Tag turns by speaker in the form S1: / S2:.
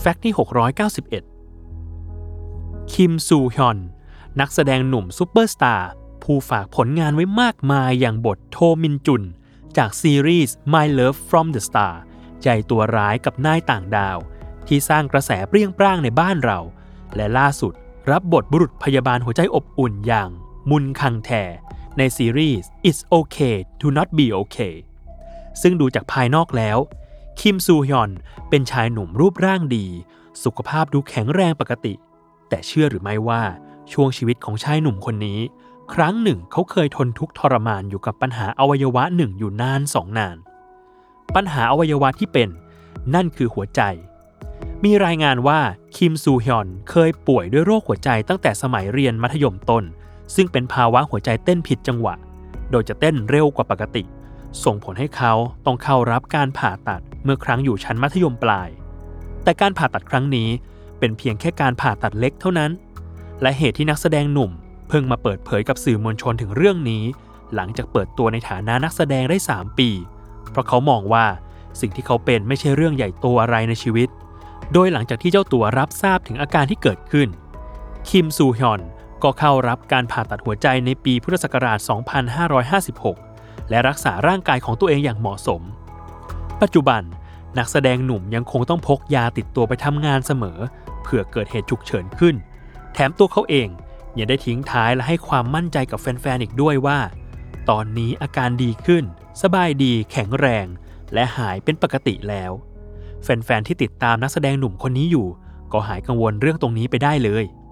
S1: แฟกต์ที่691คิมซูฮยอนนักแสดงหนุ่มซุปเปอร์สตาร์ผู้ฝากผลงานไว้มากมายอย่างบทโทมินจุนจากซีรีส์ My Love from the Star ใจตัวร้ายกับนายต่างดาวที่สร้างกระแสเปรี้ยงปร้างในบ้านเราและล่าสุดรับบทบุรุษพยาบาลหัวใจอบอุ่นอย่างมุนคังแทในซีรีส์ It's Okay to Not Be Okay ซึ่งดูจากภายนอกแล้วคิมซูฮยอนเป็นชายหนุ่มรูปร่างดีสุขภาพดูแข็งแรงปกติแต่เชื่อหรือไม่ว่าช่วงชีวิตของชายหนุ่มคนนี้ครั้งหนึ่งเขาเคยทนทุกข์ทรมานอยู่กับปัญหาอวัยวะหนึ่งอยู่นาน2 นานปัญหาอวัยวะที่เป็นนั่นคือหัวใจมีรายงานว่าคิมซูฮยอนเคยป่วยด้วยโรคหัวใจตั้งแต่สมัยเรียนมัธยมต้นซึ่งเป็นภาวะหัวใจเต้นผิดจังหวะโดยจะเต้นเร็วกว่าปกติส่งผลให้เขาต้องเข้ารับการผ่าตัดเมื่อครั้งอยู่ชั้นมัธยมปลายแต่การผ่าตัดครั้งนี้เป็นเพียงแค่การผ่าตัดเล็กเท่านั้นและเหตุที่นักแสดงหนุ่มเพิ่งมาเปิดเผยกับสื่อมวลชนถึงเรื่องนี้หลังจากเปิดตัวในฐานะนักแสดงได้3 ปีเพราะเขามองว่าสิ่งที่เขาเป็นไม่ใช่เรื่องใหญ่โตอะไรในชีวิตโดยหลังจากที่เจ้าตัวรับทราบถึงอาการที่เกิดขึ้นคิมซูฮยอนก็เข้ารับการผ่าตัดหัวใจในปีพุทธศักราช 2556 และรักษาร่างกายของตัวเองอย่างเหมาะสมปัจจุบันนักแสดงหนุ่มยังคงต้องพกยาติดตัวไปทำงานเสมอเผื่อเกิดเหตุฉุกเฉินขึ้นแถมตัวเขาเองยังได้ทิ้งท้ายและให้ความมั่นใจกับแฟนๆอีกด้วยว่าตอนนี้อาการดีขึ้นสบายดีแข็งแรงและหายเป็นปกติแล้วแฟนๆที่ติดตามนักแสดงหนุ่มคนนี้อยู่ก็หายกังวลเรื่องตรงนี้ไปได้เลย